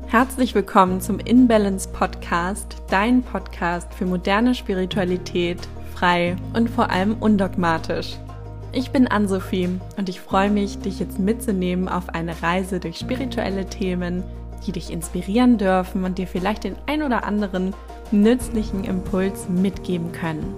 Herzlich willkommen zum InBalance Podcast, dein Podcast für moderne Spiritualität, frei und vor allem undogmatisch. Ich bin Ann-Sophie und ich freue mich, dich jetzt mitzunehmen auf eine Reise durch spirituelle Themen, die dich inspirieren dürfen und dir vielleicht den ein oder anderen nützlichen Impuls mitgeben können.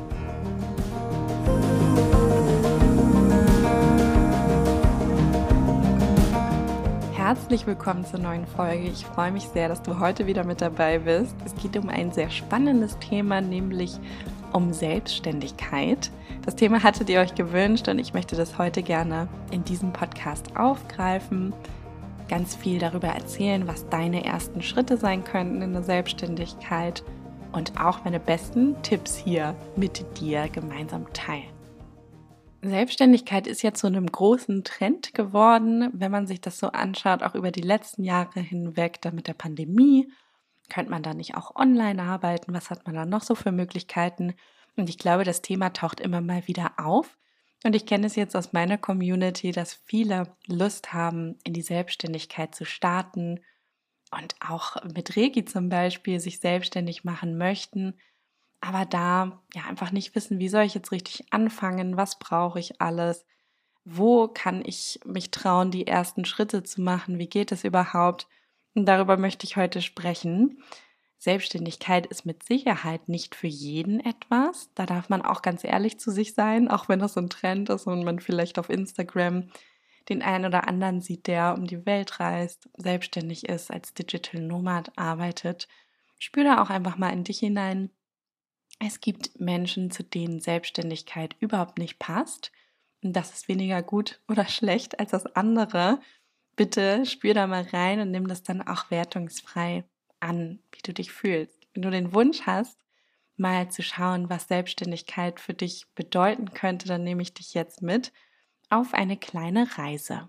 Herzlich willkommen zur neuen Folge. Ich freue mich sehr, dass du heute wieder mit dabei bist. Es geht um ein sehr spannendes Thema, nämlich um Selbstständigkeit. Das Thema hattet ihr euch gewünscht und ich möchte das heute gerne in diesem Podcast aufgreifen. Ganz viel darüber erzählen, was deine ersten Schritte sein könnten in der Selbstständigkeit und auch meine besten Tipps hier mit dir gemeinsam teilen. Selbstständigkeit ist jetzt zu einem großen Trend geworden, wenn man sich das so anschaut, auch über die letzten Jahre hinweg. Dann mit der Pandemie, könnte man da nicht auch online arbeiten? Was hat man da noch so für Möglichkeiten? Und ich glaube, das Thema taucht immer mal wieder auf. Und ich kenne es jetzt aus meiner Community, dass viele Lust haben, in die Selbstständigkeit zu starten und auch mit Reiki zum Beispiel sich selbstständig machen möchten, aber da ja einfach nicht wissen, wie soll ich jetzt richtig anfangen, was brauche ich alles, wo kann ich mich trauen, die ersten Schritte zu machen, wie geht es überhaupt? Und darüber möchte ich heute sprechen. Selbstständigkeit ist mit Sicherheit nicht für jeden etwas. Da darf man auch ganz ehrlich zu sich sein, auch wenn das so ein Trend ist und man vielleicht auf Instagram den einen oder anderen sieht, der um die Welt reist, selbstständig ist, als Digital Nomad arbeitet. Spür da auch einfach mal in dich hinein. Es gibt Menschen, zu denen Selbstständigkeit überhaupt nicht passt. Und das ist weniger gut oder schlecht als das andere. Bitte spür da mal rein und nimm das dann auch wertungsfrei an, wie du dich fühlst. Wenn du den Wunsch hast, mal zu schauen, was Selbstständigkeit für dich bedeuten könnte, dann nehme ich dich jetzt mit auf eine kleine Reise.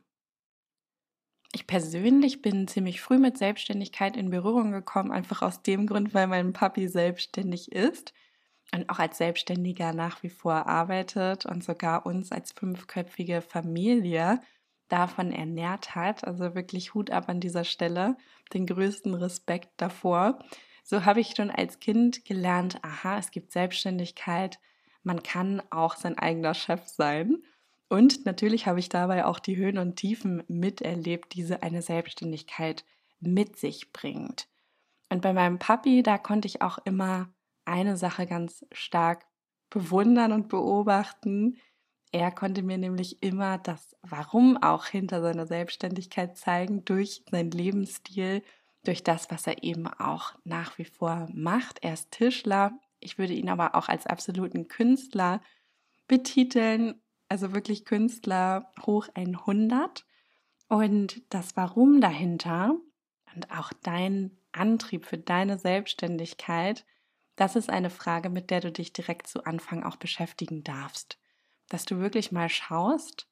Ich persönlich bin ziemlich früh mit Selbstständigkeit in Berührung gekommen, einfach aus dem Grund, weil mein Papi selbstständig ist und auch als Selbstständiger nach wie vor arbeitet und sogar uns als 5-köpfige Familie davon ernährt hat. Also wirklich Hut ab an dieser Stelle, den größten Respekt davor. So habe ich schon als Kind gelernt, aha, es gibt Selbstständigkeit, man kann auch sein eigener Chef sein. Und natürlich habe ich dabei auch die Höhen und Tiefen miterlebt, die eine Selbstständigkeit mit sich bringt. Und bei meinem Papi, da konnte ich auch immer eine Sache ganz stark bewundern und beobachten. Er konnte mir nämlich immer das Warum auch hinter seiner Selbstständigkeit zeigen, durch seinen Lebensstil, durch das, was er eben auch nach wie vor macht. Er ist Tischler. Ich würde ihn aber auch als absoluten Künstler betiteln, also wirklich Künstler hoch 100. Und das Warum dahinter und auch dein Antrieb für deine Selbstständigkeit, das ist eine Frage, mit der du dich direkt zu Anfang auch beschäftigen darfst. Dass du wirklich mal schaust,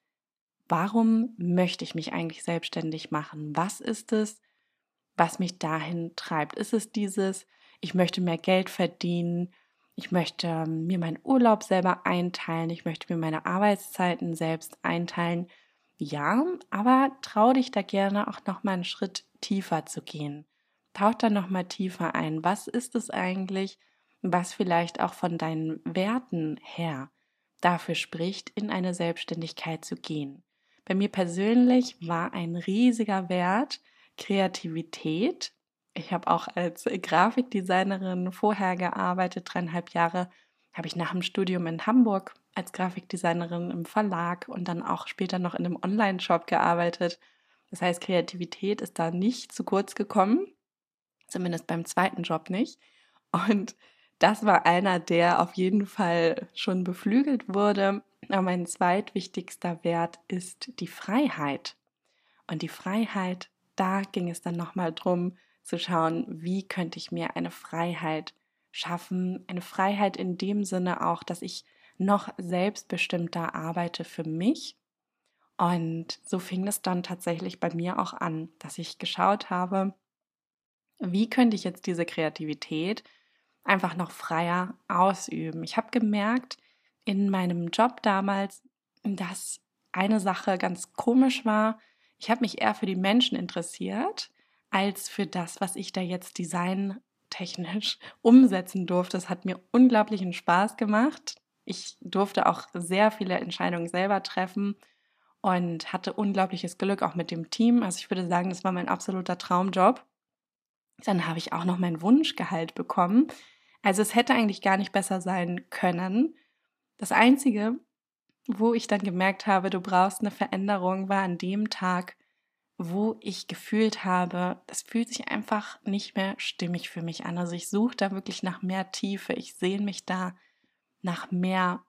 warum möchte ich mich eigentlich selbstständig machen? Was ist es, was mich dahin treibt? Ist es dieses, ich möchte mehr Geld verdienen, ich möchte mir meinen Urlaub selber einteilen, ich möchte mir meine Arbeitszeiten selbst einteilen? Ja, aber trau dich da gerne auch noch mal einen Schritt tiefer zu gehen. Tauch da noch mal tiefer ein. Was ist es eigentlich, was vielleicht auch von deinen Werten her dafür spricht, in eine Selbstständigkeit zu gehen? Bei mir persönlich war ein riesiger Wert Kreativität. Ich habe auch als Grafikdesignerin vorher gearbeitet, 3,5 Jahre habe ich nach dem Studium in Hamburg als Grafikdesignerin im Verlag und dann auch später noch in einem Online-Shop gearbeitet. Das heißt, Kreativität ist da nicht zu kurz gekommen, zumindest beim zweiten Job nicht. Und das war einer, der auf jeden Fall schon beflügelt wurde. Aber mein zweitwichtigster Wert ist die Freiheit. Und die Freiheit, da ging es dann nochmal drum zu schauen, wie könnte ich mir eine Freiheit schaffen. Eine Freiheit in dem Sinne auch, dass ich noch selbstbestimmter arbeite für mich. Und so fing es dann tatsächlich bei mir auch an, dass ich geschaut habe, wie könnte ich jetzt diese Kreativität einfach noch freier ausüben. Ich habe gemerkt in meinem Job damals, dass eine Sache ganz komisch war. Ich habe mich eher für die Menschen interessiert, als für das, was ich da jetzt designtechnisch umsetzen durfte. Es hat mir unglaublichen Spaß gemacht. Ich durfte auch sehr viele Entscheidungen selber treffen und hatte unglaubliches Glück auch mit dem Team. Also ich würde sagen, das war mein absoluter Traumjob. Dann habe ich auch noch mein Wunschgehalt bekommen. Also es hätte eigentlich gar nicht besser sein können. Das Einzige, wo ich dann gemerkt habe, du brauchst eine Veränderung, war an dem Tag, wo ich gefühlt habe, das fühlt sich einfach nicht mehr stimmig für mich an. Also ich suche da wirklich nach mehr Tiefe. Ich sehne mich da nach mehr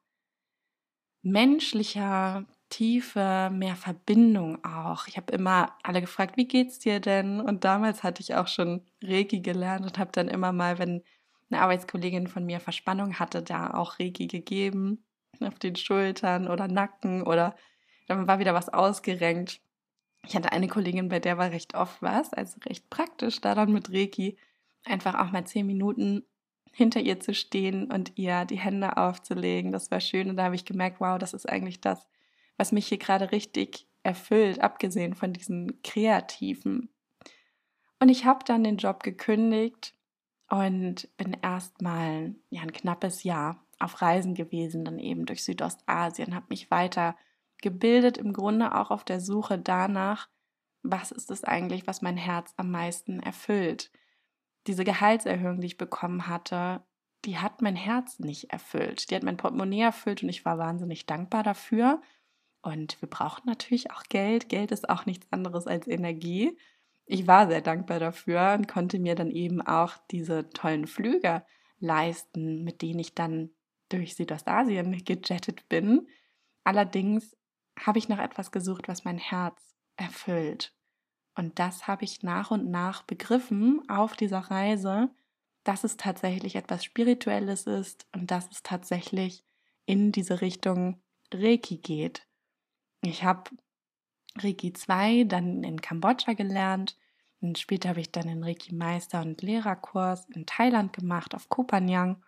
menschlicher Tiefe, mehr Verbindung auch. Ich habe immer alle gefragt, wie geht's dir denn? Und damals hatte ich auch schon Reiki gelernt und habe dann immer mal, wenn eine Arbeitskollegin von mir Verspannung hatte, da auch Reiki gegeben auf den Schultern oder Nacken oder dann war wieder was ausgerenkt. Ich hatte eine Kollegin, bei der war recht oft was, also recht praktisch, da dann mit Reiki einfach auch mal 10 Minuten hinter ihr zu stehen und ihr die Hände aufzulegen. Das war schön und da habe ich gemerkt, wow, das ist eigentlich das, was mich hier gerade richtig erfüllt, abgesehen von diesen Kreativen. Und ich habe dann den Job gekündigt und bin erstmal ein knappes Jahr auf Reisen gewesen, dann eben durch Südostasien, habe mich weiter gebildet, im Grunde auch auf der Suche danach, was ist es eigentlich, was mein Herz am meisten erfüllt. Diese Gehaltserhöhung, die ich bekommen hatte, die hat mein Herz nicht erfüllt. Die hat mein Portemonnaie erfüllt und ich war wahnsinnig dankbar dafür. Und wir brauchen natürlich auch Geld. Geld ist auch nichts anderes als Energie. Ich war sehr dankbar dafür und konnte mir dann eben auch diese tollen Flüge leisten, mit denen ich dann durch Südostasien gejettet bin. Allerdings habe ich nach etwas gesucht, was mein Herz erfüllt. Und das habe ich nach und nach begriffen auf dieser Reise, dass es tatsächlich etwas Spirituelles ist und dass es tatsächlich in diese Richtung Reiki geht. Ich habe Reiki 2 dann in Kambodscha gelernt und später habe ich dann den Reiki Meister und Lehrerkurs in Thailand gemacht auf Koh Phangan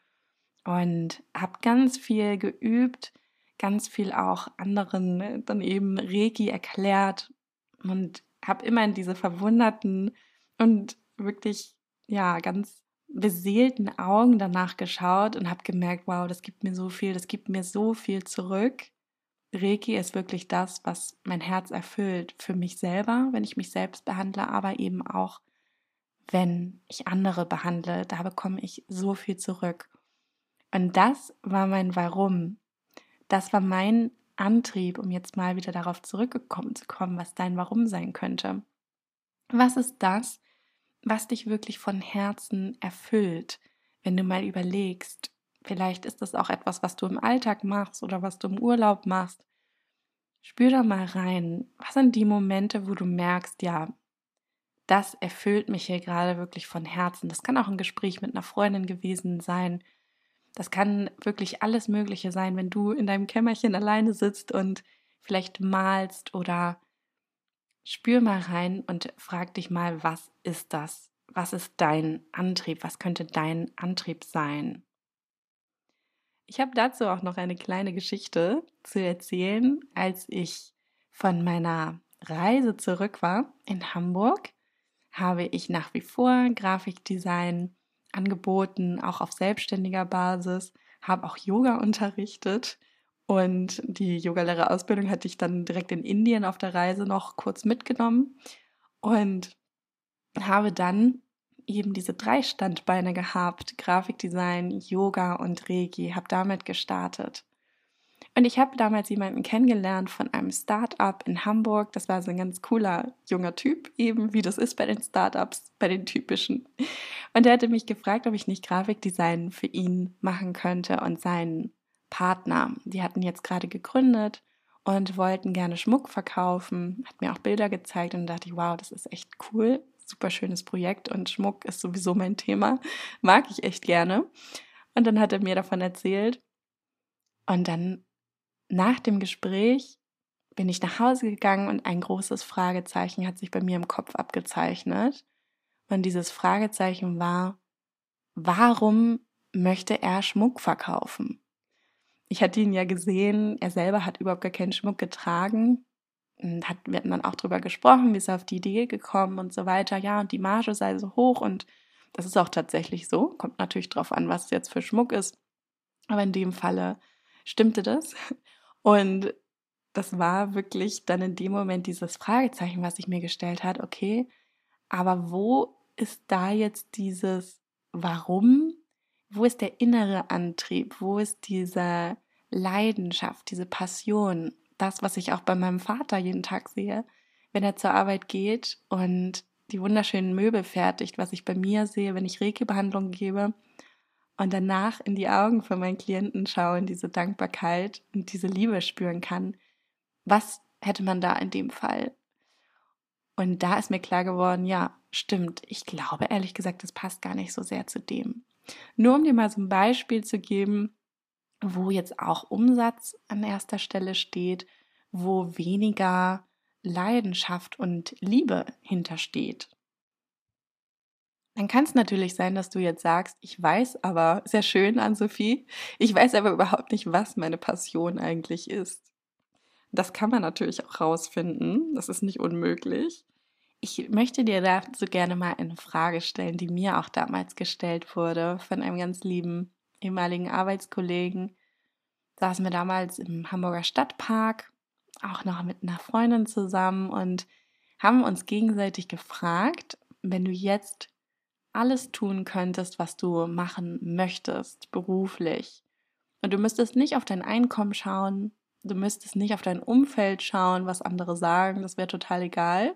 und habe ganz viel geübt, ganz viel auch anderen dann eben Reiki erklärt und habe immer in diese verwunderten und wirklich ganz beseelten Augen danach geschaut und habe gemerkt, wow, das gibt mir so viel, das gibt mir so viel zurück. Reiki ist wirklich das, was mein Herz erfüllt für mich selber, wenn ich mich selbst behandle, aber eben auch, wenn ich andere behandle. Da bekomme ich so viel zurück. Und das war mein Warum. Das war mein Antrieb, um jetzt mal wieder darauf zurückgekommen zu kommen, was dein Warum sein könnte. Was ist das, was dich wirklich von Herzen erfüllt, wenn du mal überlegst? Vielleicht ist das auch etwas, was du im Alltag machst oder was du im Urlaub machst. Spür da mal rein. Was sind die Momente, wo du merkst, ja, das erfüllt mich hier gerade wirklich von Herzen. Das kann auch ein Gespräch mit einer Freundin gewesen sein. Das kann wirklich alles Mögliche sein, wenn du in deinem Kämmerchen alleine sitzt und vielleicht malst oder spür mal rein und frag dich mal, was ist das? Was ist dein Antrieb? Was könnte dein Antrieb sein? Ich habe dazu auch noch eine kleine Geschichte zu erzählen. Als ich von meiner Reise zurück war in Hamburg, habe ich nach wie vor Grafikdesign angeboten, auch auf selbstständiger Basis, habe auch Yoga unterrichtet und die Yogalehrerausbildung hatte ich dann direkt in Indien auf der Reise noch kurz mitgenommen und habe dann eben diese 3 Standbeine gehabt, Grafikdesign, Yoga und Reiki, habe damit gestartet. Und ich habe damals jemanden kennengelernt von einem Start-up in Hamburg. Das war so ein ganz cooler junger Typ, eben wie das ist bei den Start-ups, bei den typischen. Und der hatte mich gefragt, ob ich nicht Grafikdesign für ihn machen könnte und seinen Partner. Die hatten jetzt gerade gegründet und wollten gerne Schmuck verkaufen. Hat mir auch Bilder gezeigt und dachte ich, wow, das ist echt cool. Super schönes Projekt und Schmuck ist sowieso mein Thema. Mag ich echt gerne. Und dann hat er mir davon erzählt. Und dann nach dem Gespräch bin ich nach Hause gegangen und ein großes Fragezeichen hat sich bei mir im Kopf abgezeichnet. Und dieses Fragezeichen war, warum möchte er Schmuck verkaufen? Ich hatte ihn ja gesehen, er selber hat überhaupt gar keinen Schmuck getragen. Und wir hatten dann auch drüber gesprochen, wie ist er auf die Idee gekommen und so weiter. Ja, und die Marge sei so hoch und das ist auch tatsächlich so. Kommt natürlich drauf an, was es jetzt für Schmuck ist. Aber in dem Falle stimmte das. Und das war wirklich dann in dem Moment dieses Fragezeichen, was sich mir gestellt hat. Okay, aber wo ist da jetzt dieses Warum? Wo ist der innere Antrieb? Wo ist diese Leidenschaft, diese Passion? Das, was ich auch bei meinem Vater jeden Tag sehe, wenn er zur Arbeit geht und die wunderschönen Möbel fertigt, was ich bei mir sehe, wenn ich Reiki-Behandlung gebe und danach in die Augen von meinen Klienten schaue und diese Dankbarkeit und diese Liebe spüren kann. Was hätte man da in dem Fall? Und da ist mir klar geworden, ja, stimmt, ich glaube ehrlich gesagt, das passt gar nicht so sehr zu dem. Nur um dir mal so ein Beispiel zu geben, wo jetzt auch Umsatz an erster Stelle steht, wo weniger Leidenschaft und Liebe hintersteht. Dann kann es natürlich sein, dass du jetzt sagst, ich weiß aber, sehr schön an Sophie, ich weiß aber überhaupt nicht, was meine Passion eigentlich ist. Das kann man natürlich auch rausfinden, das ist nicht unmöglich. Ich möchte dir dazu gerne mal eine Frage stellen, die mir auch damals gestellt wurde von einem ganz lieben ehemaligen Arbeitskollegen. Saßen wir damals im Hamburger Stadtpark, auch noch mit einer Freundin zusammen und haben uns gegenseitig gefragt, wenn du jetzt alles tun könntest, was du machen möchtest, beruflich, und du müsstest nicht auf dein Einkommen schauen, du müsstest nicht auf dein Umfeld schauen, was andere sagen, das wäre total egal.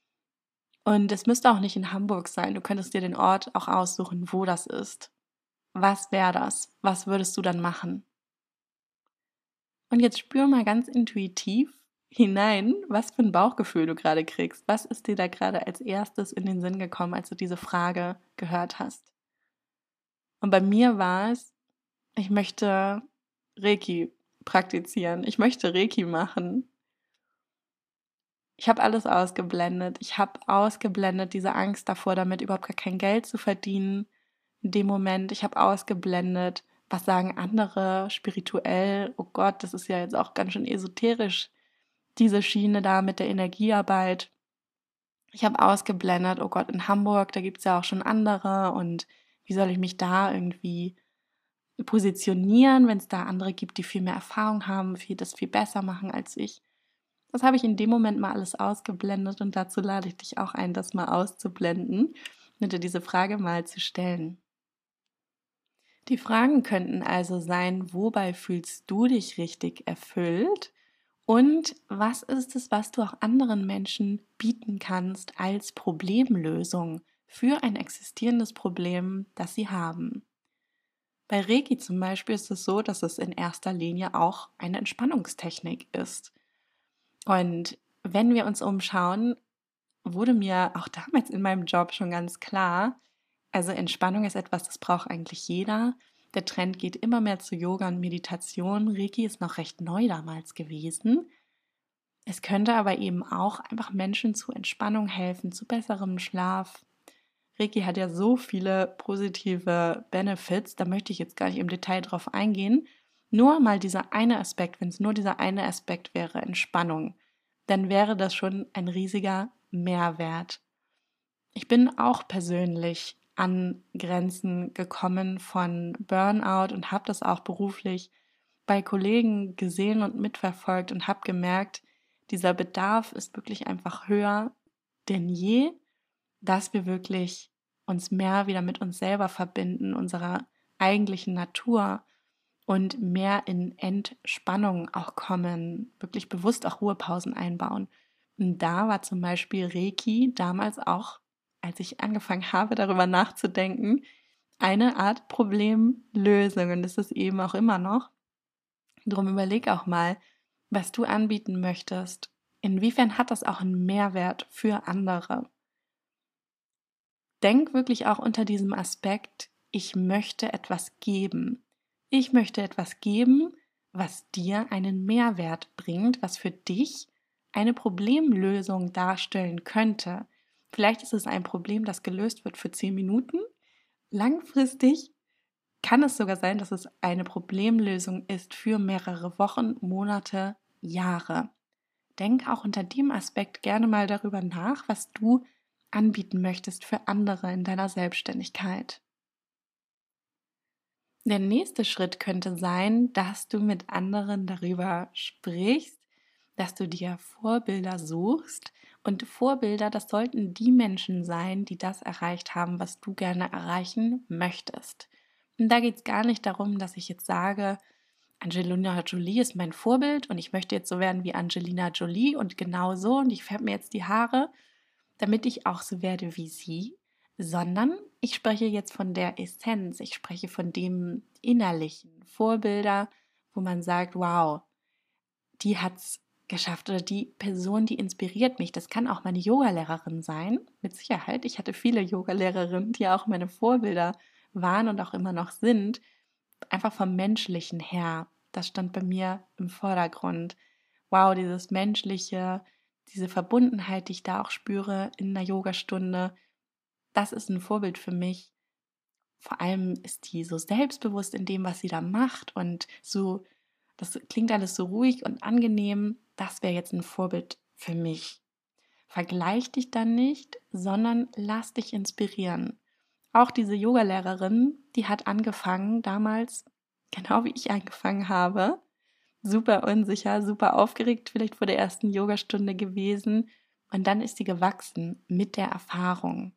Und es müsste auch nicht in Hamburg sein. Du könntest dir den Ort auch aussuchen, wo das ist. Was wäre das? Was würdest du dann machen? Und jetzt spür mal ganz intuitiv hinein, was für ein Bauchgefühl du gerade kriegst. Was ist dir da gerade als erstes in den Sinn gekommen, als du diese Frage gehört hast? Und bei mir war es, ich möchte Reiki praktizieren. Ich möchte Reiki machen. Ich habe alles ausgeblendet. Ich habe ausgeblendet diese Angst davor, damit überhaupt gar kein Geld zu verdienen. In dem Moment, ich habe ausgeblendet, was sagen andere spirituell. Oh Gott, das ist ja jetzt auch ganz schön esoterisch, diese Schiene da mit der Energiearbeit. Ich habe ausgeblendet, oh Gott, in Hamburg, da gibt es ja auch schon andere und wie soll ich mich da irgendwie positionieren, wenn es da andere gibt, die viel mehr Erfahrung haben, das viel besser machen als ich. Das habe ich in dem Moment mal alles ausgeblendet und dazu lade ich dich auch ein, das mal auszublenden und dir diese Frage mal zu stellen. Die Fragen könnten also sein, wobei fühlst du dich richtig erfüllt und was ist es, was du auch anderen Menschen bieten kannst als Problemlösung für ein existierendes Problem, das sie haben. Bei Reiki zum Beispiel ist es so, dass es in erster Linie auch eine Entspannungstechnik ist. Und wenn wir uns umschauen, wurde mir auch damals in meinem Job schon ganz klar, also Entspannung ist etwas, das braucht eigentlich jeder. Der Trend geht immer mehr zu Yoga und Meditation. Reiki ist noch recht neu damals gewesen. Es könnte aber eben auch einfach Menschen zu Entspannung helfen, zu besserem Schlaf. Reiki hat ja so viele positive Benefits, da möchte ich jetzt gar nicht im Detail drauf eingehen. Nur mal dieser eine Aspekt, wenn es nur dieser eine Aspekt wäre, Entspannung, dann wäre das schon ein riesiger Mehrwert. Ich bin auch persönlich an Grenzen gekommen von Burnout und habe das auch beruflich bei Kollegen gesehen und mitverfolgt und habe gemerkt, dieser Bedarf ist wirklich einfach höher denn je, dass wir wirklich uns mehr wieder mit uns selber verbinden, unserer eigentlichen Natur und mehr in Entspannung auch kommen, wirklich bewusst auch Ruhepausen einbauen. Und da war zum Beispiel Reiki damals auch, als ich angefangen habe, darüber nachzudenken, eine Art Problemlösung. Und das ist eben auch immer noch. Darum überleg auch mal, was du anbieten möchtest. Inwiefern hat das auch einen Mehrwert für andere? Denk wirklich auch unter diesem Aspekt, ich möchte etwas geben. Ich möchte etwas geben, was dir einen Mehrwert bringt, was für dich eine Problemlösung darstellen könnte. Vielleicht ist es ein Problem, das gelöst wird für 10 Minuten. Langfristig kann es sogar sein, dass es eine Problemlösung ist für mehrere Wochen, Monate, Jahre. denk auch unter dem Aspekt gerne mal darüber nach, was du anbieten möchtest für andere in deiner Selbstständigkeit. Der nächste Schritt könnte sein, dass du mit anderen darüber sprichst, dass du dir Vorbilder suchst. Und Vorbilder, das sollten die Menschen sein, die das erreicht haben, was du gerne erreichen möchtest. Und da geht es gar nicht darum, dass ich jetzt sage, Angelina Jolie ist mein Vorbild und ich möchte jetzt so werden wie Angelina Jolie und genau so und ich färbe mir jetzt die Haare, damit ich auch so werde wie sie, sondern ich spreche jetzt von der Essenz, ich spreche von dem Innerlichen, Vorbilder, wo man sagt, wow, die hat es geschafft oder die Person, die inspiriert mich. Das kann auch meine Yogalehrerin sein, mit Sicherheit. Ich hatte viele Yogalehrerinnen, die auch meine Vorbilder waren und auch immer noch sind, einfach vom Menschlichen her. Das stand bei mir im Vordergrund. Wow, dieses Menschliche, diese Verbundenheit, die ich da auch spüre in einer Yogastunde, das ist ein Vorbild für mich. Vor allem ist die so selbstbewusst in dem, was sie da macht und so, das klingt alles so ruhig und angenehm. Das wäre jetzt ein Vorbild für mich. Vergleich dich dann nicht, sondern lass dich inspirieren. Auch diese Yogalehrerin, die hat angefangen damals, genau wie ich angefangen habe, super unsicher, super aufgeregt vielleicht vor der ersten Yogastunde gewesen und dann ist sie gewachsen mit der Erfahrung.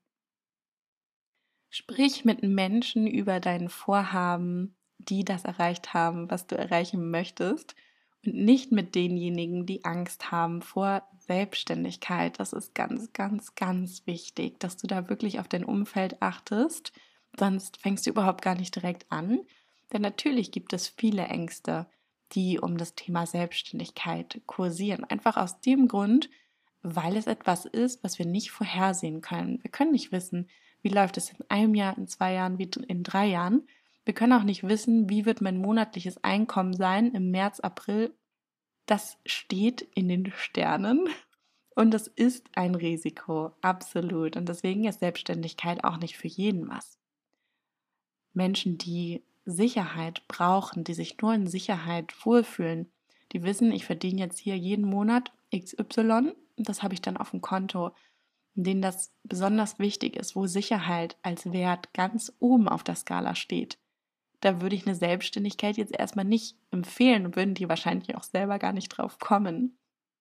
Sprich mit Menschen über dein Vorhaben, die das erreicht haben, was du erreichen möchtest und nicht mit denjenigen, die Angst haben vor Selbstständigkeit. Das ist ganz, ganz, ganz wichtig, dass du da wirklich auf dein Umfeld achtest, sonst fängst du überhaupt gar nicht direkt an. Denn natürlich gibt es viele Ängste, die um das Thema Selbstständigkeit kursieren. Einfach aus dem Grund, weil es etwas ist, was wir nicht vorhersehen können. Wir können nicht wissen, wie läuft es in einem Jahr, in 2 Jahren, wie in 3 Jahren. Wir können auch nicht wissen, wie wird mein monatliches Einkommen sein im März, April. Das steht in den Sternen und das ist ein Risiko, absolut. Und deswegen ist Selbstständigkeit auch nicht für jeden was. Menschen, die Sicherheit brauchen, die sich nur in Sicherheit wohlfühlen, die wissen, ich verdiene jetzt hier jeden Monat XY und das habe ich dann auf dem Konto, in denen das besonders wichtig ist, wo Sicherheit als Wert ganz oben auf der Skala steht. Da würde ich eine Selbstständigkeit jetzt erstmal nicht empfehlen und würden die wahrscheinlich auch selber gar nicht drauf kommen.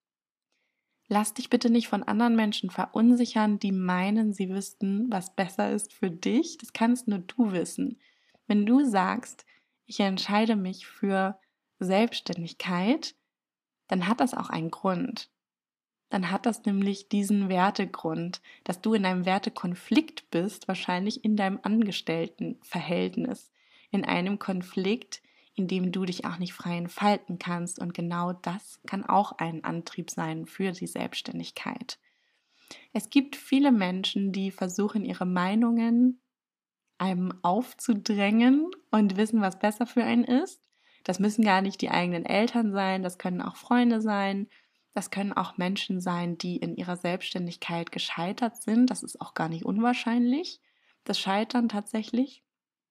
Lass dich bitte nicht von anderen Menschen verunsichern, die meinen, sie wüssten, was besser ist für dich. Das kannst nur du wissen. Wenn du sagst, ich entscheide mich für Selbstständigkeit, dann hat das auch einen Grund. Dann hat das nämlich diesen Wertegrund, dass du in einem Wertekonflikt bist, wahrscheinlich in deinem Angestelltenverhältnis, in einem Konflikt, in dem du dich auch nicht frei entfalten kannst. Und genau das kann auch ein Antrieb sein für die Selbstständigkeit. Es gibt viele Menschen, die versuchen, ihre Meinungen einem aufzudrängen und wissen, was besser für einen ist. Das müssen gar nicht die eigenen Eltern sein, das können auch Freunde sein, das können auch Menschen sein, die in ihrer Selbstständigkeit gescheitert sind. Das ist auch gar nicht unwahrscheinlich, das Scheitern tatsächlich.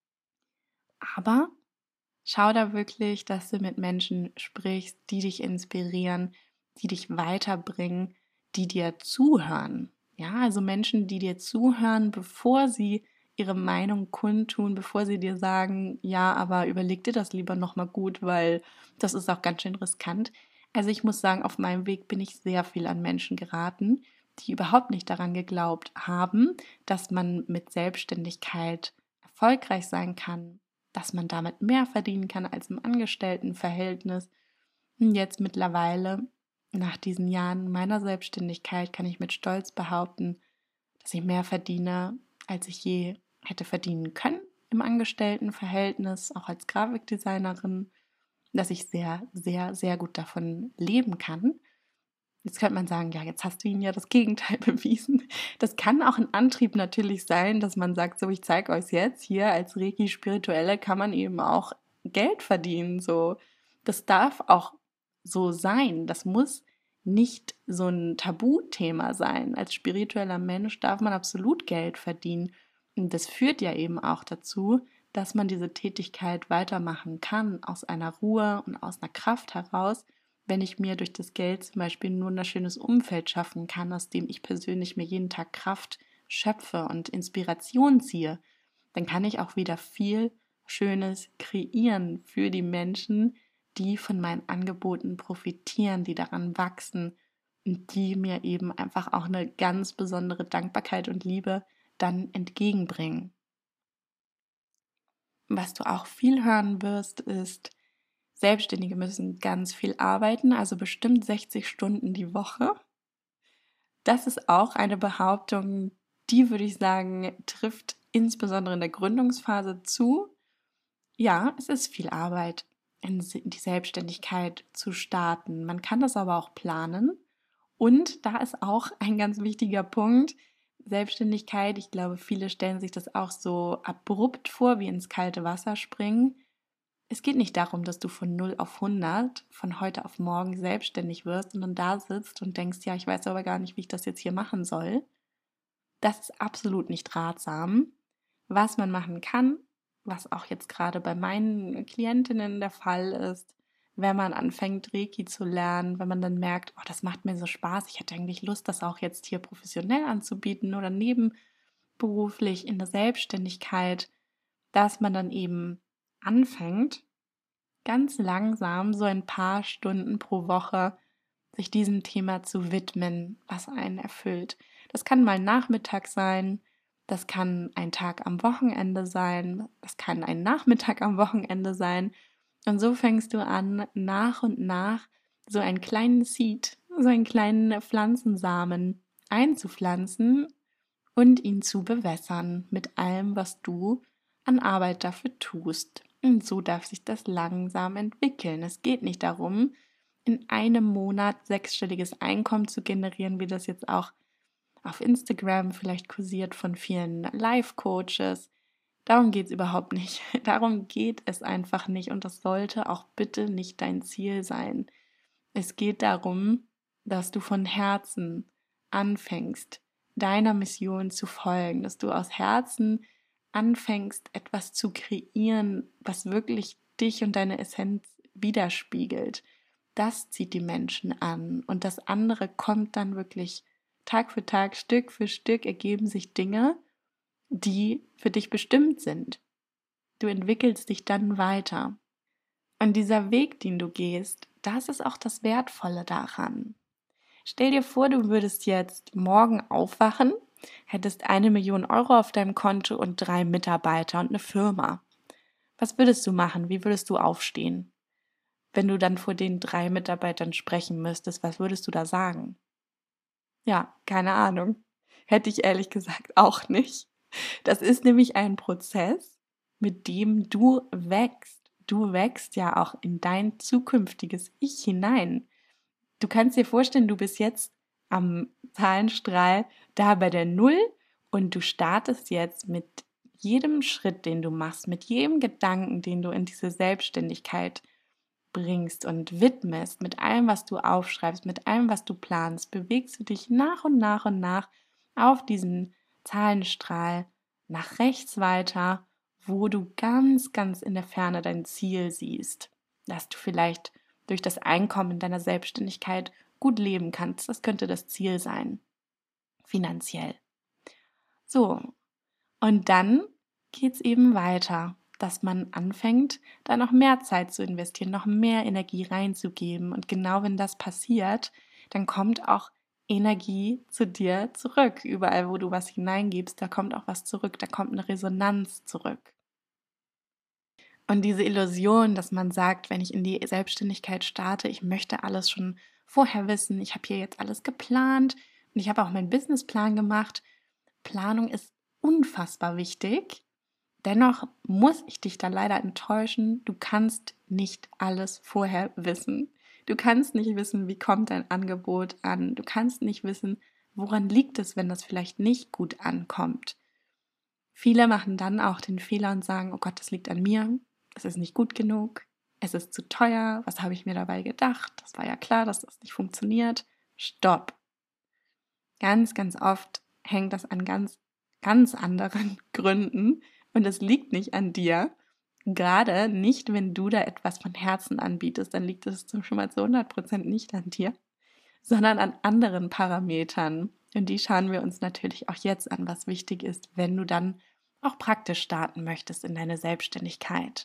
Aber schau da wirklich, dass du mit Menschen sprichst, die dich inspirieren, die dich weiterbringen, die dir zuhören. Ja, also Menschen, die dir zuhören, bevor sie ihre Meinung kundtun, bevor sie dir sagen, ja, aber überleg dir das lieber nochmal gut, weil das ist auch ganz schön riskant. Also ich muss sagen, auf meinem Weg bin ich sehr viel an Menschen geraten, die überhaupt nicht daran geglaubt haben, dass man mit Selbstständigkeit erfolgreich sein kann, dass man damit mehr verdienen kann als im Angestelltenverhältnis. Und jetzt mittlerweile, nach diesen Jahren meiner Selbstständigkeit, kann ich mit Stolz behaupten, dass ich mehr verdiene, als ich je hätte verdienen können im Angestelltenverhältnis, auch als Grafikdesignerin, dass ich sehr, sehr, sehr gut davon leben kann. Jetzt könnte man sagen, ja, jetzt hast du ihnen ja das Gegenteil bewiesen. Das kann auch ein Antrieb natürlich sein, dass man sagt, so, ich zeige euch jetzt, hier als Reiki-Spirituelle kann man eben auch Geld verdienen. So, das darf auch so sein. Das muss nicht so ein Tabuthema sein. Als spiritueller Mensch darf man absolut Geld verdienen. Und das führt ja eben auch dazu, dass man diese Tätigkeit weitermachen kann, aus einer Ruhe und aus einer Kraft heraus, wenn ich mir durch das Geld zum Beispiel nur ein schönes Umfeld schaffen kann, aus dem ich persönlich mir jeden Tag Kraft schöpfe und Inspiration ziehe, dann kann ich auch wieder viel Schönes kreieren für die Menschen, die von meinen Angeboten profitieren, die daran wachsen und die mir eben einfach auch eine ganz besondere Dankbarkeit und Liebe dann entgegenbringen. Was du auch viel hören wirst, ist, Selbstständige müssen ganz viel arbeiten, also bestimmt 60 Stunden die Woche. Das ist auch eine Behauptung, die, würde ich sagen, trifft insbesondere in der Gründungsphase zu. Ja, es ist viel Arbeit, in die Selbstständigkeit zu starten. Man kann das aber auch planen. Und da ist auch ein ganz wichtiger Punkt, Selbstständigkeit. Ich glaube, viele stellen sich das auch so abrupt vor, wie ins kalte Wasser springen. Es geht nicht darum, dass du von 0 auf 100 von heute auf morgen selbstständig wirst und dann da sitzt und denkst, ja, ich weiß aber gar nicht, wie ich das jetzt hier machen soll. Das ist absolut nicht ratsam. Was man machen kann, was auch jetzt gerade bei meinen Klientinnen der Fall ist, wenn man anfängt, Reiki zu lernen, wenn man dann merkt, oh, das macht mir so Spaß, ich hätte eigentlich Lust, das auch jetzt hier professionell anzubieten oder nebenberuflich in der Selbstständigkeit, dass man dann eben anfängt, ganz langsam so ein paar Stunden pro Woche sich diesem Thema zu widmen, was einen erfüllt. Das kann mal Nachmittag sein, das kann ein Tag am Wochenende sein, das kann ein Nachmittag am Wochenende sein. Und so fängst du an, nach und nach so einen kleinen Seed, so einen kleinen Pflanzensamen einzupflanzen und ihn zu bewässern mit allem, was du an Arbeit dafür tust. Und so darf sich das langsam entwickeln. Es geht nicht darum, in einem Monat sechsstelliges Einkommen zu generieren, wie das jetzt auch auf Instagram vielleicht kursiert von vielen Life-Coaches. Darum geht es überhaupt nicht. Darum geht es einfach nicht und das sollte auch bitte nicht dein Ziel sein. Es geht darum, dass du von Herzen anfängst, deiner Mission zu folgen, dass du aus Herzen anfängst, etwas zu kreieren, was wirklich dich und deine Essenz widerspiegelt. Das zieht die Menschen an und das andere kommt dann wirklich Tag für Tag, Stück für Stück ergeben sich Dinge, die für dich bestimmt sind. Du entwickelst dich dann weiter. Und dieser Weg, den du gehst, das ist auch das Wertvolle daran. Stell dir vor, du würdest jetzt morgen aufwachen, hättest 1 Million Euro auf deinem Konto und 3 Mitarbeiter und eine Firma. Was würdest du machen? Wie würdest du aufstehen? Wenn du dann vor den 3 Mitarbeitern sprechen müsstest, was würdest du da sagen? Ja, keine Ahnung. Hätte ich ehrlich gesagt auch nicht. Das ist nämlich ein Prozess, mit dem du wächst. Du wächst ja auch in dein zukünftiges Ich hinein. Du kannst dir vorstellen, du bist jetzt am Zahlenstrahl da bei der Null und du startest jetzt mit jedem Schritt, den du machst, mit jedem Gedanken, den du in diese Selbstständigkeit bringst und widmest, mit allem, was du aufschreibst, mit allem, was du planst, bewegst du dich nach und nach und nach auf diesen Zahlenstrahl nach rechts weiter, wo du ganz, ganz in der Ferne dein Ziel siehst, dass du vielleicht durch das Einkommen in deiner Selbstständigkeit gut leben kannst. Das könnte das Ziel sein, finanziell. So, und dann geht es eben weiter, dass man anfängt, da noch mehr Zeit zu investieren, noch mehr Energie reinzugeben. Und genau wenn das passiert, dann kommt auch Energie zu dir zurück. Überall, wo du was hineingibst, da kommt auch was zurück, da kommt eine Resonanz zurück. Und diese Illusion, dass man sagt, wenn ich in die Selbstständigkeit starte, ich möchte alles schon vorher wissen, ich habe hier jetzt alles geplant und ich habe auch meinen Businessplan gemacht. Planung ist unfassbar wichtig. Dennoch muss ich dich da leider enttäuschen, du kannst nicht alles vorher wissen. Du kannst nicht wissen, wie kommt dein Angebot an. Du kannst nicht wissen, woran liegt es, wenn das vielleicht nicht gut ankommt. Viele machen dann auch den Fehler und sagen, oh Gott, das liegt an mir, es ist nicht gut genug, es ist zu teuer, was habe ich mir dabei gedacht? Das war ja klar, dass das nicht funktioniert. Stopp. Ganz, ganz oft hängt das an ganz, ganz anderen Gründen und es liegt nicht an dir. gerade nicht, wenn du da etwas von Herzen anbietest, dann liegt es schon mal zu 100% nicht an dir, sondern an anderen Parametern. Und die schauen wir uns natürlich auch jetzt an, was wichtig ist, wenn du dann auch praktisch starten möchtest in deine Selbstständigkeit.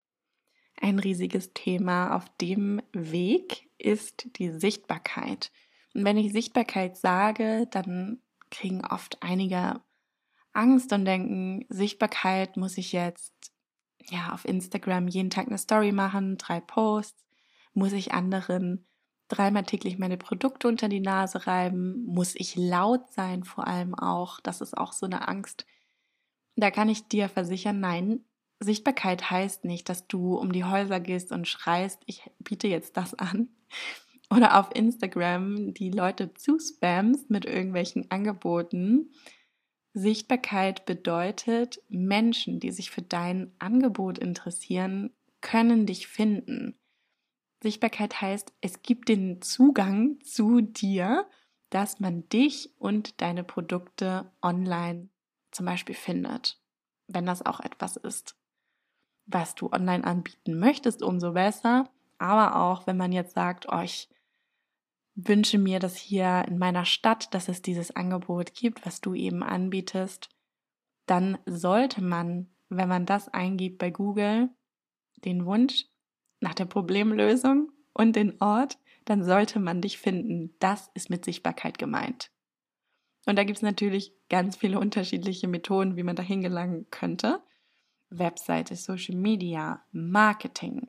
Ein riesiges Thema auf dem Weg ist die Sichtbarkeit. Und wenn ich Sichtbarkeit sage, dann kriegen oft einige Angst und denken, Sichtbarkeit muss ich jetzt auf Instagram jeden Tag eine Story machen, 3 Posts, muss ich anderen 3-mal täglich meine Produkte unter die Nase reiben, muss ich laut sein vor allem auch, das ist auch so eine Angst. Da kann ich dir versichern, nein, Sichtbarkeit heißt nicht, dass du um die Häuser gehst und schreist, ich biete jetzt das an. Oder auf Instagram die Leute zuspammst mit irgendwelchen Angeboten. Sichtbarkeit bedeutet, Menschen, die sich für dein Angebot interessieren, können dich finden. Sichtbarkeit heißt, es gibt den Zugang zu dir, dass man dich und deine Produkte online zum Beispiel findet. Wenn das auch etwas ist, was du online anbieten möchtest, umso besser. Aber auch, wenn man jetzt sagt, oh, ich wünsche mir, dass hier in meiner Stadt, dass es dieses Angebot gibt, was du eben anbietest, dann sollte man, wenn man das eingibt bei Google, den Wunsch nach der Problemlösung und den Ort, dann sollte man dich finden. Das ist mit Sichtbarkeit gemeint. Und da gibt es natürlich ganz viele unterschiedliche Methoden, wie man dahin gelangen könnte. Webseite, Social Media, Marketing.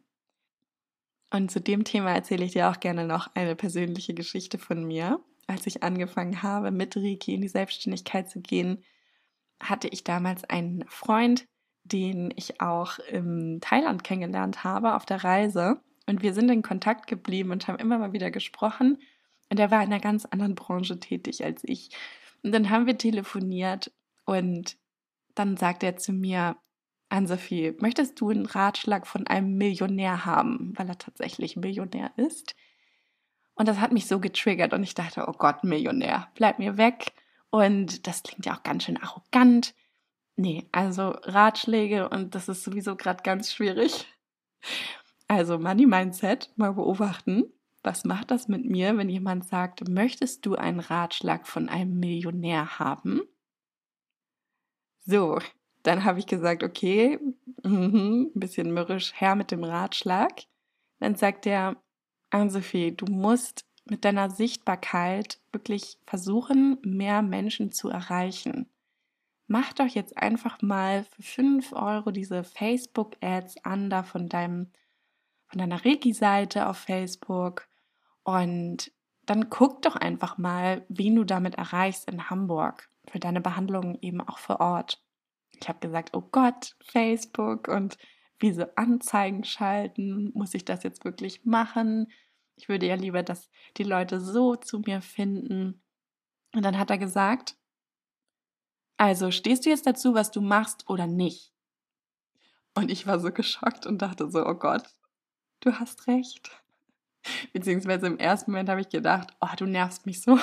Und zu dem Thema erzähle ich dir auch gerne noch eine persönliche Geschichte von mir. Als ich angefangen habe, mit Reiki in die Selbstständigkeit zu gehen, hatte ich damals einen Freund, den ich auch in Thailand kennengelernt habe auf der Reise. Und wir sind in Kontakt geblieben und haben immer mal wieder gesprochen. Und er war in einer ganz anderen Branche tätig als ich. Und dann haben wir telefoniert und dann sagt er zu mir, Ann-Sophie, möchtest du einen Ratschlag von einem Millionär haben, weil er tatsächlich Millionär ist? Und das hat mich so getriggert und ich dachte, oh Gott, Millionär, bleib mir weg. Und das klingt ja auch ganz schön arrogant. Nee, also Ratschläge und das ist sowieso gerade ganz schwierig. Also Money Mindset, mal beobachten. Was macht das mit mir, wenn jemand sagt, möchtest du einen Ratschlag von einem Millionär haben? So, dann habe ich gesagt, okay, ein bisschen mürrisch, her mit dem Ratschlag. Dann sagt er, Ann-Sophie, du musst mit deiner Sichtbarkeit wirklich versuchen, mehr Menschen zu erreichen. Mach doch jetzt einfach mal für 5 Euro diese Facebook-Ads an, da von deiner Reiki-Seite auf Facebook und dann guck doch einfach mal, wen du damit erreichst in Hamburg für deine Behandlungen eben auch vor Ort. Ich habe gesagt, oh Gott, Facebook und wie so Anzeigen schalten, muss ich das jetzt wirklich machen? Ich würde ja lieber, dass die Leute so zu mir finden. Und dann hat er gesagt, also stehst du jetzt dazu, was du machst oder nicht? Und ich war so geschockt und dachte so, oh Gott, du hast recht. Beziehungsweise im ersten Moment habe ich gedacht, oh, du nervst mich so.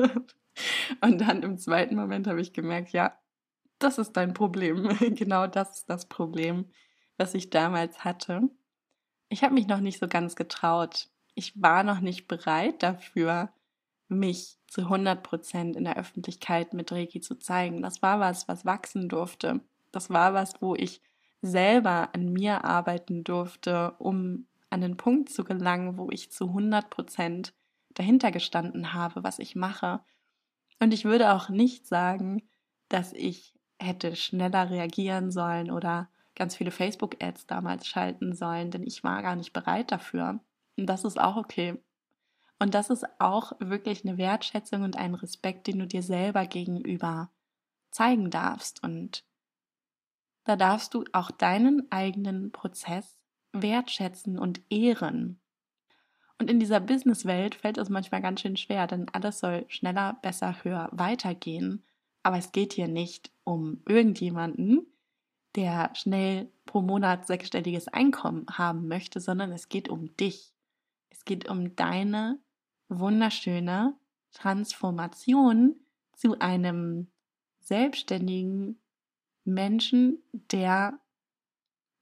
Und dann im zweiten Moment habe ich gemerkt, ja, das ist dein Problem. Genau das ist das Problem, was ich damals hatte. Ich habe mich noch nicht so ganz getraut. Ich war noch nicht bereit dafür, mich zu 100% in der Öffentlichkeit mit Reiki zu zeigen. Das war was wachsen durfte. Das war was, wo ich selber an mir arbeiten durfte, um an den Punkt zu gelangen, wo ich zu 100% dahinter gestanden habe, was ich mache. Und ich würde auch nicht sagen, dass ich hätte schneller reagieren sollen oder ganz viele Facebook-Ads damals schalten sollen, denn ich war gar nicht bereit dafür. Und das ist auch okay. Und das ist auch wirklich eine Wertschätzung und ein Respekt, den du dir selber gegenüber zeigen darfst. Und da darfst du auch deinen eigenen Prozess wertschätzen und ehren. Und in dieser Businesswelt fällt es manchmal ganz schön schwer, denn alles soll schneller, besser, höher weitergehen. Aber es geht hier nicht um irgendjemanden, der schnell pro Monat 6-stelliges Einkommen haben möchte, sondern es geht um dich. Es geht um deine wunderschöne Transformation zu einem selbstständigen Menschen, der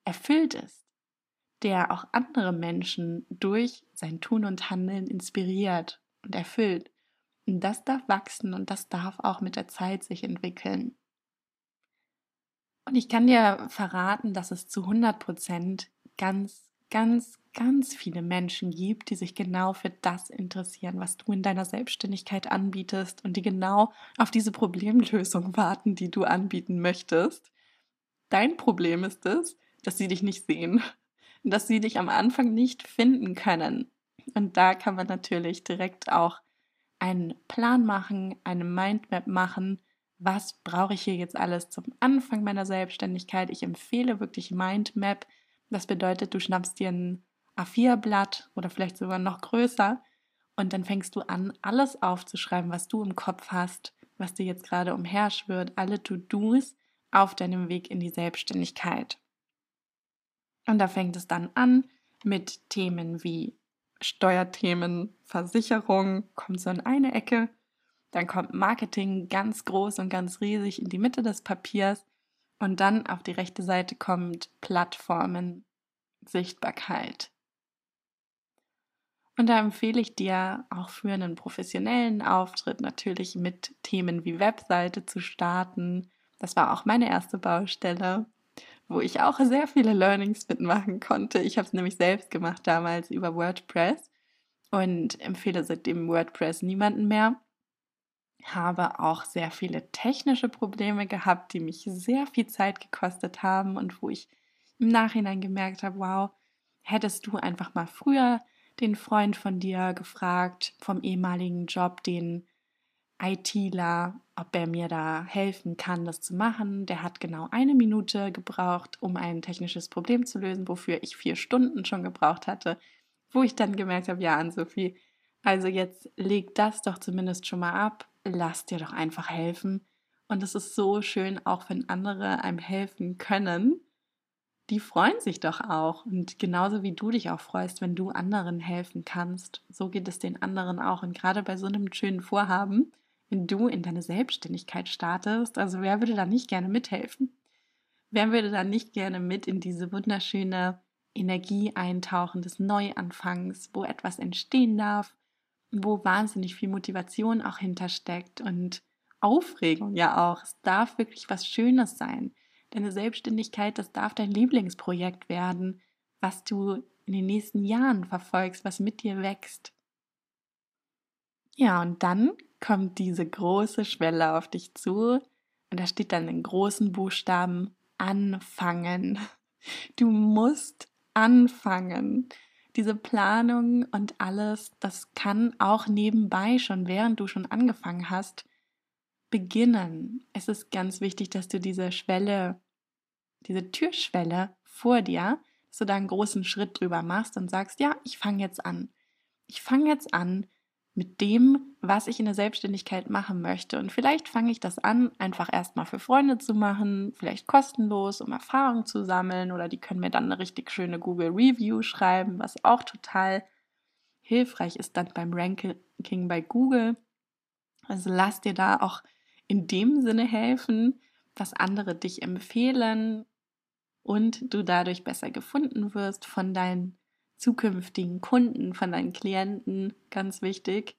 erfüllt ist, der auch andere Menschen durch sein Tun und Handeln inspiriert und erfüllt. Und das darf wachsen und das darf auch mit der Zeit sich entwickeln. Und ich kann dir verraten, dass es zu 100% ganz, ganz, ganz viele Menschen gibt, die sich genau für das interessieren, was du in deiner Selbstständigkeit anbietest und die genau auf diese Problemlösung warten, die du anbieten möchtest. Dein Problem ist es, dass sie dich nicht sehen, dass sie dich am Anfang nicht finden können. Und da kann man natürlich direkt auch einen Plan machen, eine Mindmap machen. Was brauche ich hier jetzt alles zum Anfang meiner Selbstständigkeit? Ich empfehle wirklich Mindmap. Das bedeutet, du schnappst dir ein A4-Blatt oder vielleicht sogar noch größer und dann fängst du an, alles aufzuschreiben, was du im Kopf hast, was dir jetzt gerade umherschwirrt, alle To-Dos auf deinem Weg in die Selbstständigkeit. Und da fängt es dann an mit Themen wie Steuerthemen, Versicherung, kommt so in eine Ecke. Dann kommt Marketing ganz groß und ganz riesig in die Mitte des Papiers. Und dann auf die rechte Seite kommt Plattformen, Sichtbarkeit. Und da empfehle ich dir auch für einen professionellen Auftritt natürlich mit Themen wie Webseite zu starten. Das war auch meine erste Baustelle, wo ich auch sehr viele Learnings mitmachen konnte. Ich habe es nämlich selbst gemacht damals über WordPress und empfehle seitdem WordPress niemanden mehr. Habe auch sehr viele technische Probleme gehabt, die mich sehr viel Zeit gekostet haben und wo ich im Nachhinein gemerkt habe, wow, hättest du einfach mal früher den Freund von dir gefragt, vom ehemaligen Job, den ITler, ob er mir da helfen kann, das zu machen. Der hat genau 1 Minute gebraucht, um ein technisches Problem zu lösen, wofür ich 4 Stunden schon gebraucht hatte, wo ich dann gemerkt habe, ja, Ann-Sophie, also jetzt leg das doch zumindest schon mal ab, lass dir doch einfach helfen. Und es ist so schön, auch wenn andere einem helfen können, die freuen sich doch auch. Und genauso wie du dich auch freust, wenn du anderen helfen kannst, so geht es den anderen auch. Und gerade bei so einem schönen Vorhaben, wenn du in deine Selbstständigkeit startest, also wer würde da nicht gerne mithelfen? Wer würde da nicht gerne mit in diese wunderschöne Energie eintauchen des Neuanfangs, wo etwas entstehen darf, wo wahnsinnig viel Motivation auch hintersteckt und Aufregung ja auch. Es darf wirklich was Schönes sein. Deine Selbstständigkeit, das darf dein Lieblingsprojekt werden, was du in den nächsten Jahren verfolgst, was mit dir wächst. Ja, und dann kommt diese große Schwelle auf dich zu und da steht dann in großen Buchstaben anfangen. Du musst anfangen. Diese Planung und alles, das kann auch nebenbei schon, während du schon angefangen hast, beginnen. Es ist ganz wichtig, dass du diese Schwelle, diese Türschwelle vor dir, dass du da einen großen Schritt drüber machst und sagst, ja, ich fange jetzt an. Ich fange jetzt an mit dem, was ich in der Selbstständigkeit machen möchte. Und vielleicht fange ich das an, einfach erstmal für Freunde zu machen, vielleicht kostenlos, um Erfahrung zu sammeln. Oder die können mir dann eine richtig schöne Google Review schreiben, was auch total hilfreich ist dann beim Ranking bei Google. Also lass dir da auch in dem Sinne helfen, dass andere dich empfehlen und du dadurch besser gefunden wirst von deinen zukünftigen Kunden, von deinen Klienten, ganz wichtig.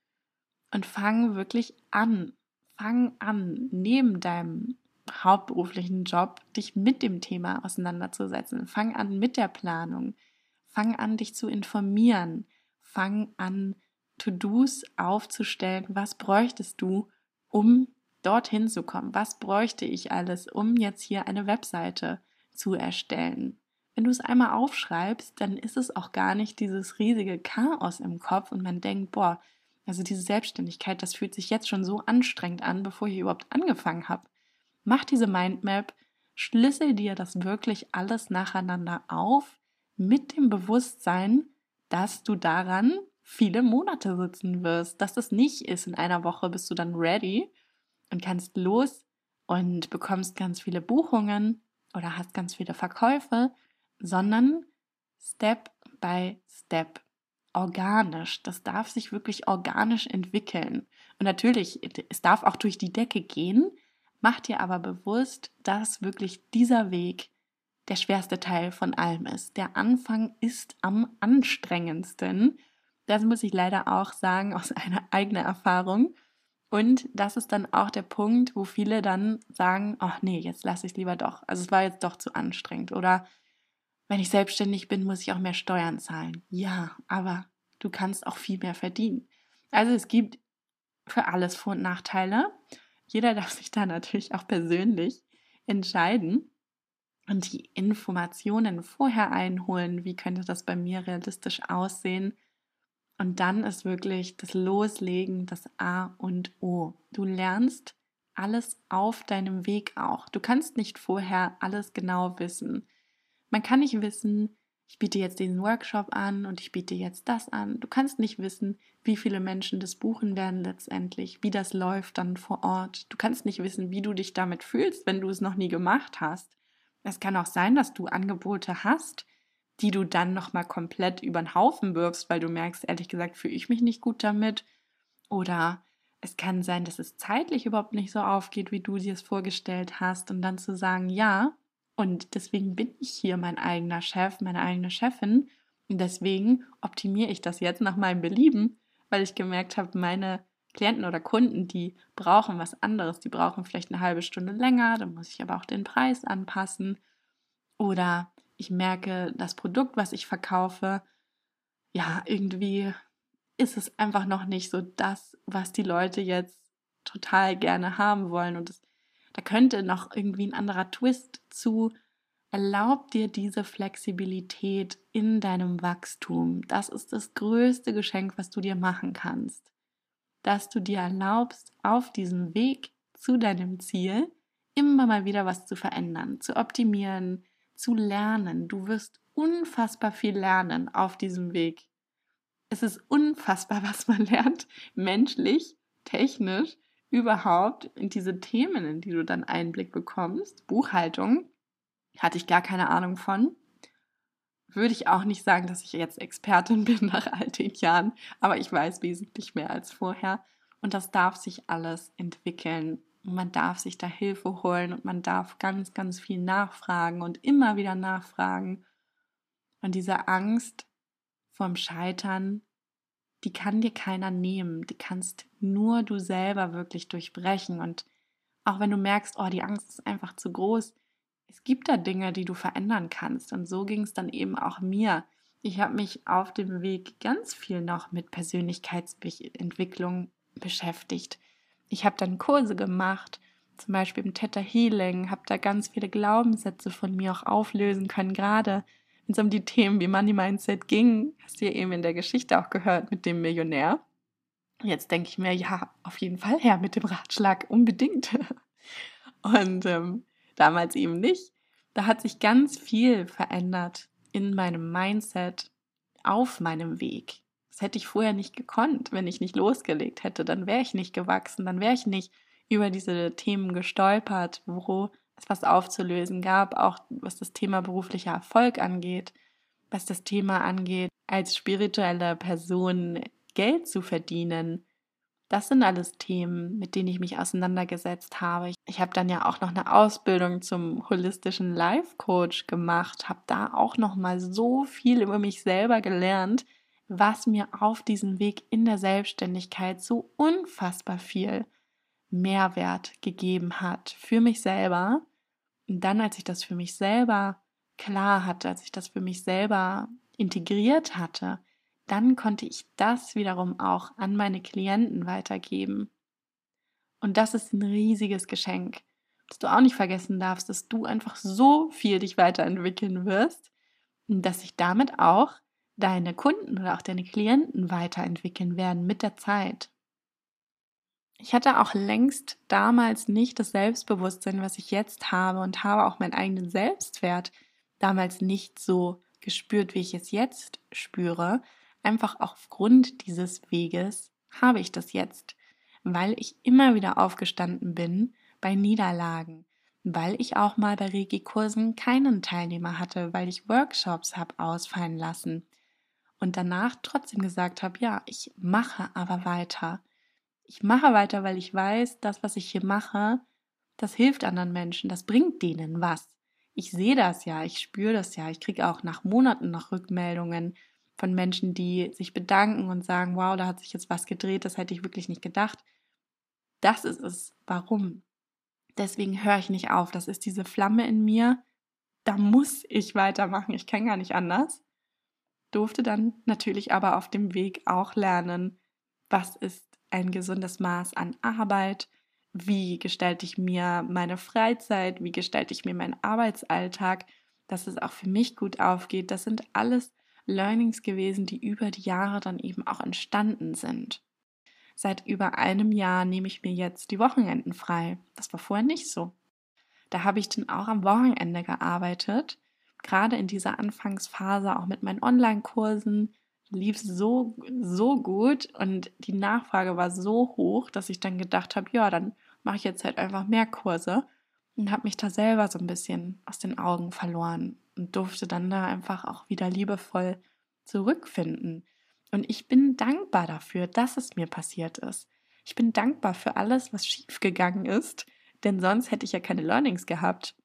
Und fang wirklich an. Fang an, neben deinem hauptberuflichen Job dich mit dem Thema auseinanderzusetzen. Fang an mit der Planung. Fang an, dich zu informieren. Fang an, To-Dos aufzustellen. Was bräuchtest du, um dorthin zu kommen? Was bräuchte ich alles, um jetzt hier eine Webseite zu erstellen? Wenn du es einmal aufschreibst, dann ist es auch gar nicht dieses riesige Chaos im Kopf und man denkt, boah, also diese Selbstständigkeit, das fühlt sich jetzt schon so anstrengend an, bevor ich überhaupt angefangen habe. Mach diese Mindmap, schlüssel dir das wirklich alles nacheinander auf mit dem Bewusstsein, dass du daran viele Monate sitzen wirst, dass das nicht ist, in einer Woche bist du dann ready und kannst los und bekommst ganz viele Buchungen oder hast ganz viele Verkäufe, sondern Step by Step, organisch. Das darf sich wirklich organisch entwickeln. Und natürlich, es darf auch durch die Decke gehen, mach dir aber bewusst, dass wirklich dieser Weg der schwerste Teil von allem ist. Der Anfang ist am anstrengendsten. Das muss ich leider auch sagen aus einer eigenen Erfahrung. Und das ist dann auch der Punkt, wo viele dann sagen, ach nee, jetzt lasse ich es lieber doch. Also es war jetzt doch zu anstrengend. Oder wenn ich selbstständig bin, muss ich auch mehr Steuern zahlen. Ja, aber du kannst auch viel mehr verdienen. Also es gibt für alles Vor- und Nachteile. Jeder darf sich da natürlich auch persönlich entscheiden und die Informationen vorher einholen, wie könnte das bei mir realistisch aussehen. Und dann ist wirklich das Loslegen das A und O. Du lernst alles auf deinem Weg auch. Du kannst nicht vorher alles genau wissen. Man kann nicht wissen, ich biete jetzt diesen Workshop an und ich biete jetzt das an. Du kannst nicht wissen, wie viele Menschen das buchen werden letztendlich, wie das läuft dann vor Ort. Du kannst nicht wissen, wie du dich damit fühlst, wenn du es noch nie gemacht hast. Es kann auch sein, dass du Angebote hast, die du dann nochmal komplett über den Haufen wirfst, weil du merkst, ehrlich gesagt, fühle ich mich nicht gut damit. Oder es kann sein, dass es zeitlich überhaupt nicht so aufgeht, wie du dir es vorgestellt hast. Und dann zu sagen, ja, und deswegen bin ich hier mein eigener Chef, meine eigene Chefin. Und deswegen optimiere ich das jetzt nach meinem Belieben, weil ich gemerkt habe, meine Klienten oder Kunden, die brauchen was anderes. Die brauchen vielleicht eine halbe Stunde länger, dann muss ich aber auch den Preis anpassen. Oder ich merke, das Produkt, was ich verkaufe, ja, irgendwie ist es einfach noch nicht so das, was die Leute jetzt total gerne haben wollen. Und da könnte noch irgendwie ein anderer Twist zu. Erlaub dir diese Flexibilität in deinem Wachstum. Das ist das größte Geschenk, was du dir machen kannst. Dass du dir erlaubst, auf diesem Weg zu deinem Ziel immer mal wieder was zu verändern, zu optimieren, zu lernen. Du wirst unfassbar viel lernen auf diesem Weg. Es ist unfassbar, was man lernt, menschlich, technisch, überhaupt in diese Themen, in die du dann Einblick bekommst. Buchhaltung, hatte ich gar keine Ahnung von. Würde ich auch nicht sagen, dass ich jetzt Expertin bin nach all den Jahren, aber ich weiß wesentlich mehr als vorher. Und das darf sich alles entwickeln. Und man darf sich da Hilfe holen und man darf ganz, ganz viel nachfragen und immer wieder nachfragen. Und diese Angst vorm Scheitern, die kann dir keiner nehmen. Die kannst nur du selber wirklich durchbrechen. Und auch wenn du merkst, oh, die Angst ist einfach zu groß, es gibt da Dinge, die du verändern kannst. Und so ging es dann eben auch mir. Ich habe mich auf dem Weg ganz viel noch mit Persönlichkeitsentwicklung beschäftigt. Ich habe dann Kurse gemacht, zum Beispiel im Theta Healing, habe da ganz viele Glaubenssätze von mir auch auflösen können, gerade wenn es um die Themen wie Money Mindset ging, hast du ja eben in der Geschichte auch gehört mit dem Millionär. Jetzt denke ich mir, ja, auf jeden Fall her mit dem Ratschlag, unbedingt. Und damals eben nicht. Da hat sich ganz viel verändert in meinem Mindset auf meinem Weg. Das hätte ich vorher nicht gekonnt, wenn ich nicht losgelegt hätte. Dann wäre ich nicht gewachsen, dann wäre ich nicht über diese Themen gestolpert, wo es was aufzulösen gab, auch was das Thema beruflicher Erfolg angeht, was das Thema angeht, als spirituelle Person Geld zu verdienen. Das sind alles Themen, mit denen ich mich auseinandergesetzt habe. Ich habe dann ja auch noch eine Ausbildung zum holistischen Life Coach gemacht, habe da auch noch mal so viel über mich selber gelernt, was mir auf diesem Weg in der Selbstständigkeit so unfassbar viel Mehrwert gegeben hat für mich selber. Und dann, als ich das für mich selber klar hatte, als ich das für mich selber integriert hatte, dann konnte ich das wiederum auch an meine Klienten weitergeben. Und das ist ein riesiges Geschenk, dass du auch nicht vergessen darfst, dass du einfach so viel dich weiterentwickeln wirst und dass sich damit auch deine Kunden oder auch deine Klienten weiterentwickeln werden mit der Zeit. Ich hatte auch längst damals nicht das Selbstbewusstsein, was ich jetzt habe, und habe auch meinen eigenen Selbstwert damals nicht so gespürt, wie ich es jetzt spüre. Einfach aufgrund dieses Weges habe ich das jetzt, weil ich immer wieder aufgestanden bin bei Niederlagen, weil ich auch mal bei Reiki-Kursen keinen Teilnehmer hatte, weil ich Workshops habe ausfallen lassen und danach trotzdem gesagt habe, ja, ich mache aber weiter. Ich mache weiter, weil ich weiß, das, was ich hier mache, das hilft anderen Menschen, das bringt denen was. ich sehe das ja, ich spüre das ja. Ich kriege auch nach Monaten noch Rückmeldungen von Menschen, die sich bedanken und sagen, wow, da hat sich jetzt was gedreht, das hätte ich wirklich nicht gedacht. Das ist es. Warum? Deswegen höre ich nicht auf. Das ist diese Flamme in mir. Da muss ich weitermachen. Ich kann gar nicht anders. Durfte dann natürlich aber auf dem Weg auch lernen, was ist ein gesundes Maß an Arbeit, wie gestalte ich mir meine Freizeit, wie gestalte ich mir meinen Arbeitsalltag, dass es auch für mich gut aufgeht. Das sind alles Learnings gewesen, die über die Jahre dann eben auch entstanden sind. Seit über einem Jahr nehme ich mir jetzt die Wochenenden frei. Das war vorher nicht so. Da habe ich dann auch am Wochenende gearbeitet. Gerade in dieser Anfangsphase, auch mit meinen Online-Kursen, lief es so gut und die Nachfrage war so hoch, dass ich dann gedacht habe, ja, dann mache ich jetzt halt einfach mehr Kurse und habe mich da selber so ein bisschen aus den Augen verloren und durfte dann da einfach auch wieder liebevoll zurückfinden. Und ich bin dankbar dafür, dass es mir passiert ist. Ich bin dankbar für alles, was schiefgegangen ist, denn sonst hätte ich ja keine Learnings gehabt.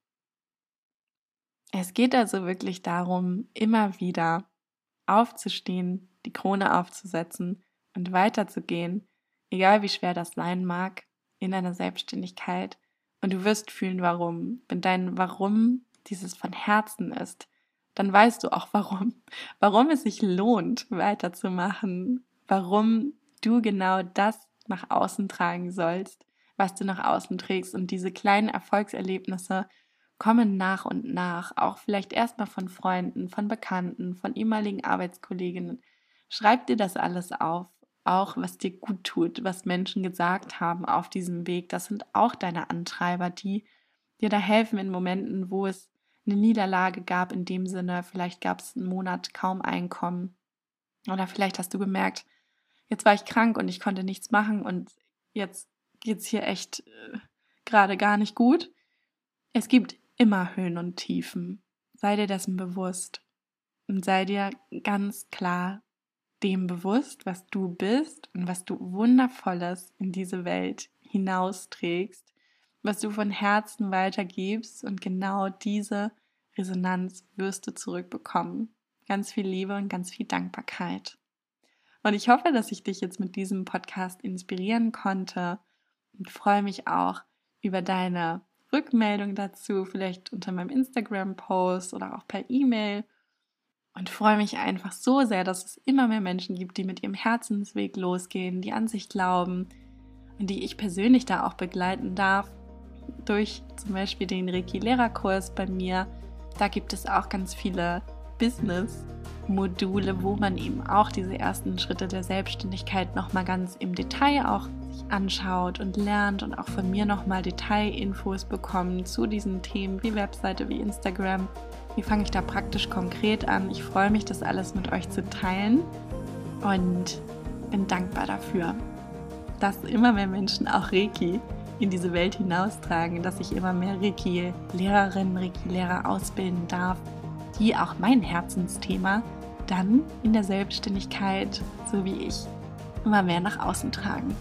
Es geht also wirklich darum, immer wieder aufzustehen, die Krone aufzusetzen und weiterzugehen, egal wie schwer das sein mag, in einer Selbstständigkeit. Und du wirst fühlen, warum. Wenn dein Warum dieses von Herzen ist, dann weißt du auch warum es sich lohnt, weiterzumachen, warum du genau das nach außen tragen sollst, was du nach außen trägst. Und diese kleinen Erfolgserlebnisse kommen nach und nach, auch vielleicht erstmal von Freunden, von Bekannten, von ehemaligen Arbeitskolleginnen. Schreib dir das alles auf, auch was dir gut tut, was Menschen gesagt haben auf diesem Weg. Das sind auch deine Antreiber, die dir da helfen in Momenten, wo es eine Niederlage gab, in dem Sinne, vielleicht gab es einen Monat kaum Einkommen oder vielleicht hast du gemerkt, jetzt war ich krank und ich konnte nichts machen und jetzt geht's hier echt gerade gar nicht gut. Es gibt immer Höhen und Tiefen. Sei dir dessen bewusst und sei dir ganz klar dem bewusst, was du bist und was du Wundervolles in diese Welt hinausträgst, was du von Herzen weitergibst und genau diese Resonanz wirst du zurückbekommen. Ganz viel Liebe und ganz viel Dankbarkeit. Und ich hoffe, dass ich dich jetzt mit diesem Podcast inspirieren konnte und freue mich auch über deine Rückmeldung dazu, vielleicht unter meinem Instagram-Post oder auch per E-Mail. Und freue mich einfach so sehr, dass es immer mehr Menschen gibt, die mit ihrem Herzensweg losgehen, die an sich glauben und die ich persönlich da auch begleiten darf durch zum Beispiel den Reiki-Lehrerkurs bei mir. Da gibt es auch ganz viele Business-Module, wo man eben auch diese ersten Schritte der Selbstständigkeit nochmal ganz im Detail auch sich anschaut und lernt und auch von mir nochmal Detailinfos bekommt zu diesen Themen wie Webseite, wie Instagram. Wie fange ich da praktisch konkret an? Ich freue mich, das alles mit euch zu teilen und bin dankbar dafür, dass immer mehr Menschen auch Reiki in diese Welt hinaustragen, dass ich immer mehr Reiki-Lehrerinnen, Reiki-Lehrer ausbilden darf, die auch mein Herzensthema dann in der Selbstständigkeit, so wie ich, immer mehr nach außen tragen.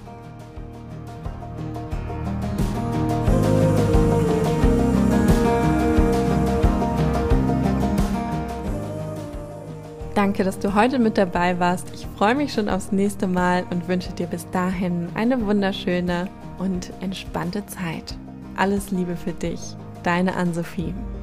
Danke, dass du heute mit dabei warst. Ich freue mich schon aufs nächste Mal und wünsche dir bis dahin eine wunderschöne und entspannte Zeit. Alles Liebe für dich, deine Ann-Sophie.